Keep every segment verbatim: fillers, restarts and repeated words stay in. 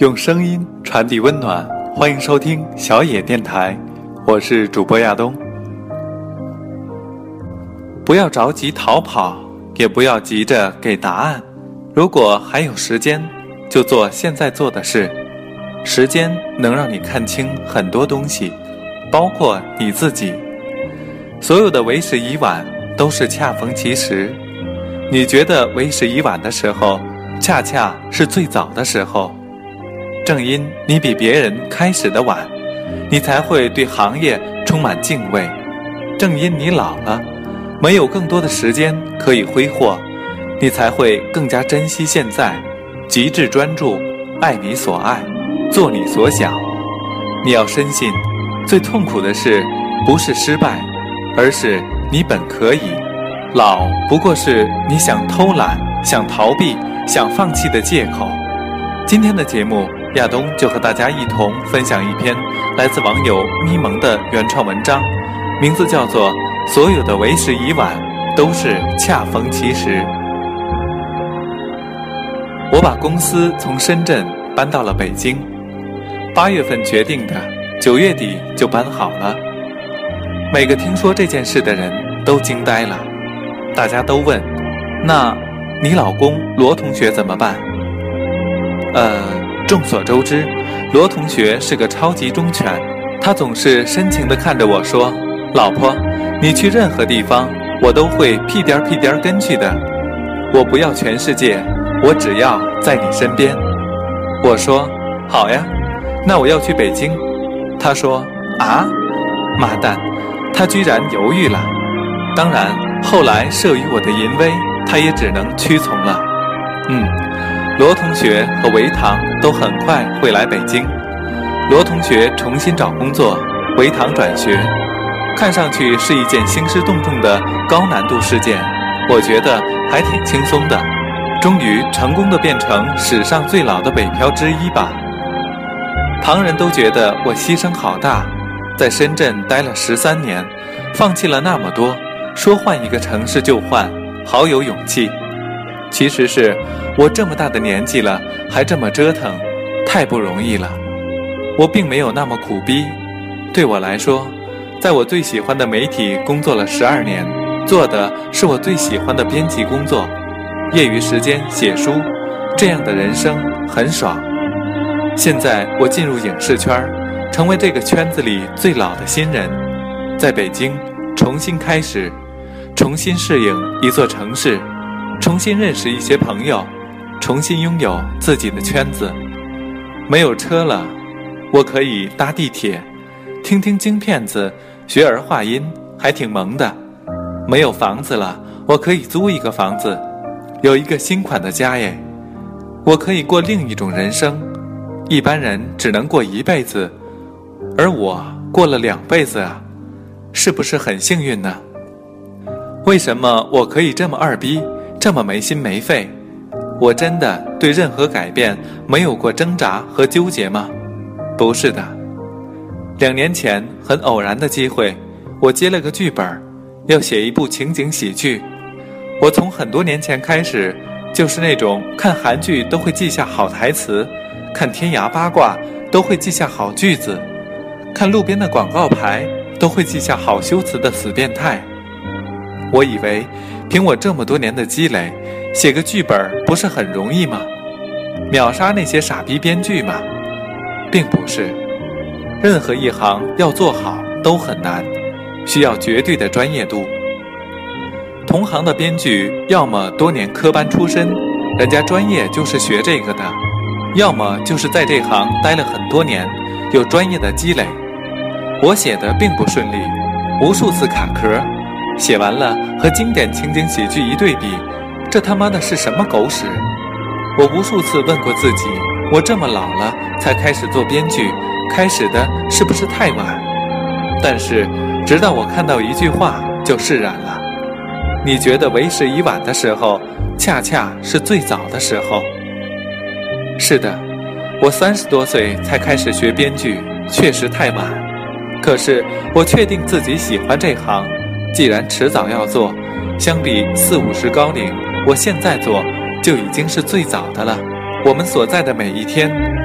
用声音传递温暖，欢迎收听小野电台，我是主播亚东。不要着急逃跑，也不要急着给答案。如果还有时间，就做现在做的事。时间能让你看清很多东西，包括你自己。所有的为时已晚，都是恰逢其时。你觉得为时已晚的时候，恰恰是最早的时候。正因你比别人开始的晚，你才会对行业充满敬畏。正因你老了，没有更多的时间可以挥霍，你才会更加珍惜现在，极致专注，爱你所爱，做你所想。你要深信，最痛苦的事不是失败，而是你本可以。老不过是你想偷懒、想逃避、想放弃的借口。今天的节目，亚东就和大家一同分享一篇来自网友咪蒙的原创文章，名字叫做《所有的为时已晚，都是恰逢其时》。我把公司从深圳搬到了北京，八月份决定的，九月底就搬好了。每个听说这件事的人都惊呆了，大家都问：那你老公罗同学怎么办？呃，众所周知，罗同学是个超级忠犬，他总是深情地看着我说：老婆，你去任何地方，我都会屁颠屁颠跟去的。我不要全世界，我只要在你身边。我说：好呀，那我要去北京。他说：啊，妈蛋，他居然犹豫了。当然，后来慑于我的淫威，他也只能屈从了。嗯。罗同学和维唐都很快会来北京。罗同学重新找工作，维唐转学，看上去是一件兴师动众的高难度事件，我觉得还挺轻松的，终于成功的变成史上最老的北漂之一吧。旁人都觉得我牺牲好大，在深圳待了十三年，放弃了那么多，说换一个城市就换，好有勇气。其实是我这么大的年纪了，还这么折腾，太不容易了。我并没有那么苦逼，对我来说，在我最喜欢的媒体工作了十二年，做的是我最喜欢的编辑工作，业余时间写书，这样的人生很爽。现在我进入影视圈，成为这个圈子里最老的新人，在北京重新开始，重新适应一座城市，重新认识一些朋友，重新拥有自己的圈子。没有车了，我可以搭地铁，听听京片子，学儿化音，还挺萌的。没有房子了，我可以租一个房子，有一个新款的家耶。我可以过另一种人生，一般人只能过一辈子，而我过了两辈子啊，是不是很幸运呢？为什么我可以这么二逼，这么没心没肺？我真的对任何改变没有过挣扎和纠结吗？不是的。两年前很偶然的机会，我接了个剧本，要写一部情景喜剧。我从很多年前开始，就是那种看韩剧都会记下好台词，看天涯八卦都会记下好句子，看路边的广告牌都会记下好修辞的死变态。我以为凭我这么多年的积累，写个剧本不是很容易吗？秒杀那些傻逼编剧吗？并不是。任何一行要做好都很难，需要绝对的专业度。同行的编剧要么多年科班出身，人家专业就是学这个的，要么就是在这行待了很多年，有专业的积累。我写的并不顺利，无数次卡壳，写完了和经典情景喜剧一对比，这他妈的是什么狗屎！我无数次问过自己，我这么老了才开始做编剧，开始的是不是太晚？但是直到我看到一句话就释然了，你觉得为时已晚的时候，恰恰是最早的时候。是的，我三十多岁才开始学编剧，确实太晚。可是我确定自己喜欢这行，既然迟早要做，相比四五十高龄，我现在做就已经是最早的了。我们所在的每一天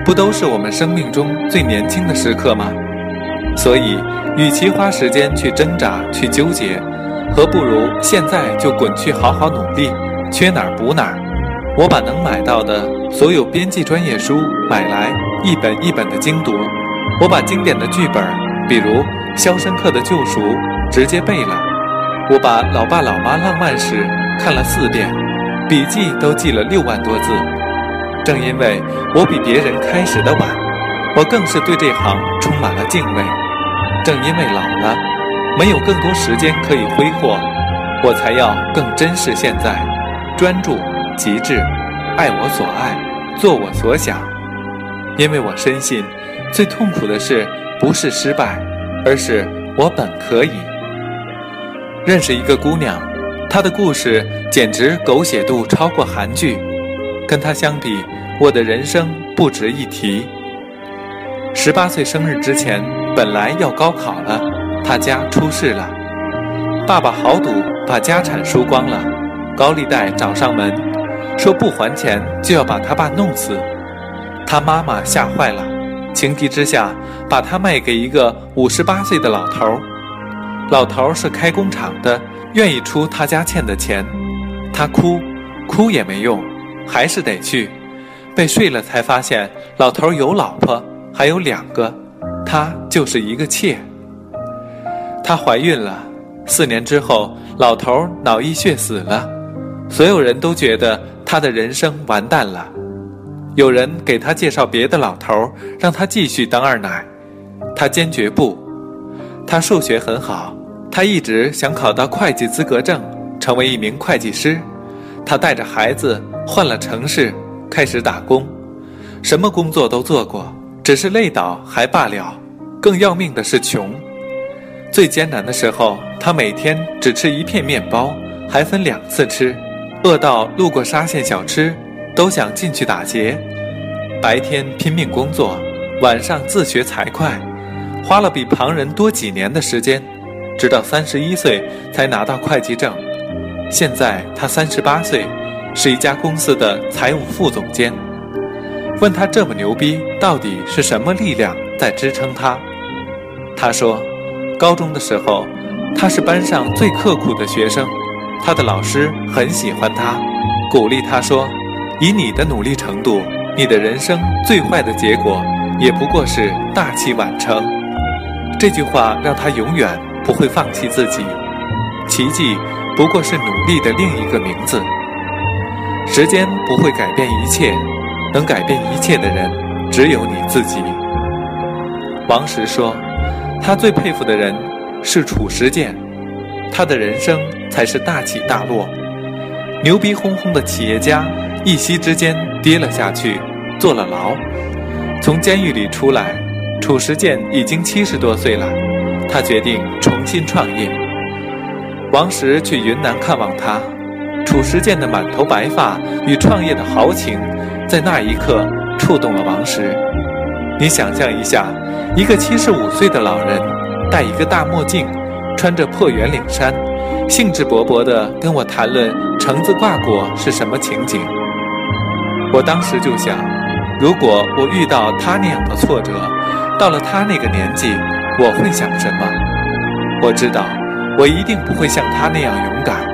不都是我们生命中最年轻的时刻吗？所以，与其花时间去挣扎、去纠结，何不如现在就滚去好好努力，缺哪儿补哪儿。我把能买到的所有编辑专业书买来，一本一本的精读。我把经典的剧本，比如《肖申克的救赎》，直接背了。我把《老爸老妈浪漫史》看了四遍，笔记都记了六万多字。正因为我比别人开始的晚，我更是对这行充满了敬畏。正因为老了，没有更多时间可以挥霍，我才要更珍视现在，专注、极致，爱我所爱，做我所想。因为我深信，最痛苦的事不是失败，而是我本可以。认识一个姑娘，她的故事简直狗血度超过韩剧，跟她相比，我的人生不值一提。十八岁生日之前，本来要高考了，她家出事了，爸爸豪赌把家产输光了，高利贷找上门，说不还钱就要把他爸弄死。他妈妈吓坏了，情急之下把他卖给一个五十八岁的老头。老头是开工厂的，愿意出他家欠的钱。他哭，哭也没用，还是得去。被睡了才发现，老头有老婆，还有两个，他就是一个妾。她怀孕了，四年之后，老头脑溢血死了。所有人都觉得他的人生完蛋了。有人给他介绍别的老头，让他继续当二奶，他坚决不。他数学很好，他一直想考到会计资格证，成为一名会计师。他带着孩子换了城市，开始打工，什么工作都做过，只是累倒还罢了，更要命的是穷。最艰难的时候，他每天只吃一片面包，还分两次吃，饿到路过沙县小吃都想进去打劫。白天拼命工作，晚上自学财会，花了比旁人多几年的时间，直到三十一岁才拿到会计证。现在他三十八岁，是一家公司的财务副总监。问他这么牛逼，到底是什么力量在支撑他？他说，高中的时候，他是班上最刻苦的学生，他的老师很喜欢他，鼓励他说，以你的努力程度，你的人生最坏的结果也不过是大器晚成。这句话让他永远不会放弃自己。奇迹不过是努力的另一个名字。时间不会改变一切，能改变一切的人只有你自己。王石说，他最佩服的人是褚时健，他的人生才是大起大落。牛逼哄哄的企业家一夕之间跌了下去，坐了牢。从监狱里出来，褚时健已经七十多岁了，他决定重新创业。王石去云南看望他，褚时健的满头白发与创业的豪情，在那一刻触动了王石。你想象一下，一个七十五岁的老人，戴一个大墨镜，穿着破圆领衫，兴致勃勃地跟我谈论橙子挂果是什么情景。我当时就想，如果我遇到他那样的挫折，到了他那个年纪，我会想什么？我知道，我一定不会像他那样勇敢。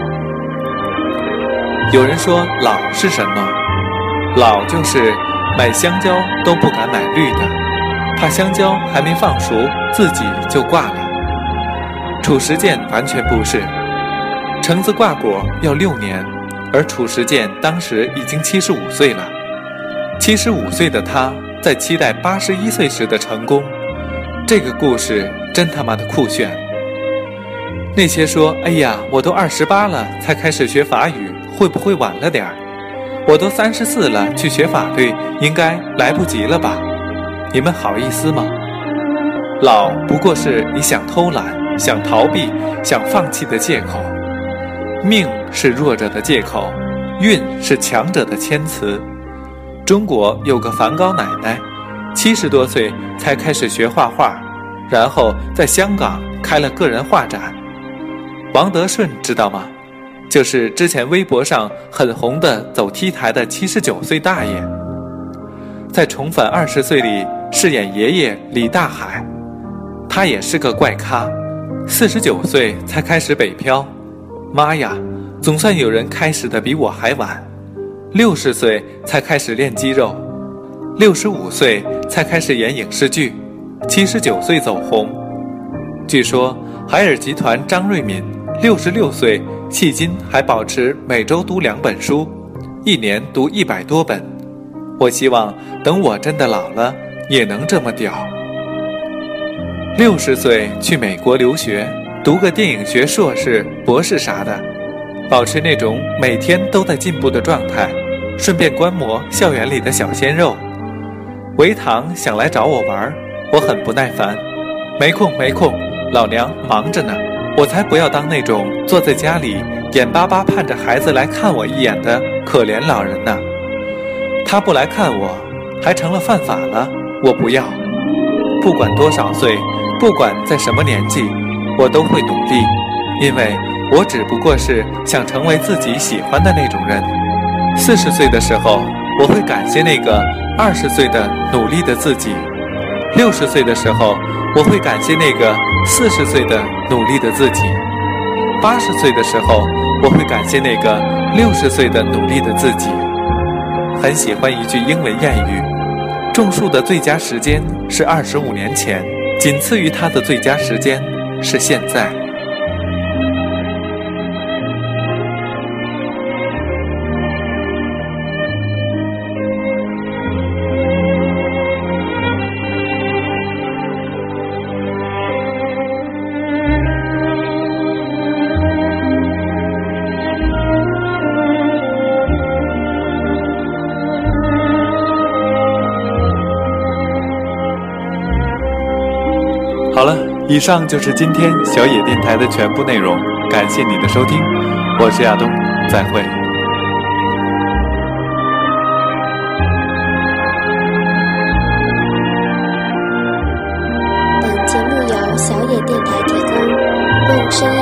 有人说老是什么？老就是买香蕉都不敢买绿的，怕香蕉还没放熟，自己就挂了。褚时健完全不是，橙子挂果要六年，而褚时健当时已经七十五岁了。七十五岁的他在期待八十一岁时的成功，这个故事真他妈的酷炫。那些说，哎呀，我都二十八了才开始学法语，会不会晚了点儿？我都三十四了去学法律，应该来不及了吧？你们好意思吗？老不过是你想偷懒、想逃避、想放弃的借口。命是弱者的借口，运是强者的谦词。中国有个梵高奶奶，七十多岁才开始学画画，然后在香港开了个人画展。王德顺知道吗？就是之前微博上很红的走 T 台的七十九岁大爷。 在《重返二十岁》里饰演爷爷李大海，他也是个怪咖，四十九岁才开始北漂。妈呀，总算有人开始的比我还晚。六十岁才开始练肌肉，六十五岁才开始演影视剧，七十九岁走红。据说海尔集团张瑞敏六十六岁迄今还保持每周读两本书，一年读一百多本。我希望等我真的老了也能这么屌。六十岁去美国留学，读个电影学硕士博士啥的，保持那种每天都在进步的状态，顺便观摩校园里的小鲜肉。维唐想来找我玩，我很不耐烦，没空没空，老娘忙着呢，我才不要当那种坐在家里眼巴巴盼着孩子来看我一眼的可怜老人呢。他不来看我还成了犯法了，我不要。不管多少岁，不管在什么年纪，我都会努力，因为我只不过是想成为自己喜欢的那种人。四十岁的时候，我会感谢那个二十岁的努力的自己；六十岁的时候，我会感谢那个四十岁的努力的自己；八十岁的时候，我会感谢那个六十岁的努力的自己。很喜欢一句英文谚语：种树的最佳时间是二十五年前，仅次于它的最佳时间是现在。好了，以上就是今天小野电台的全部内容，感谢你的收听，我是亚东，再会。 本节目由小野电台提供，用声音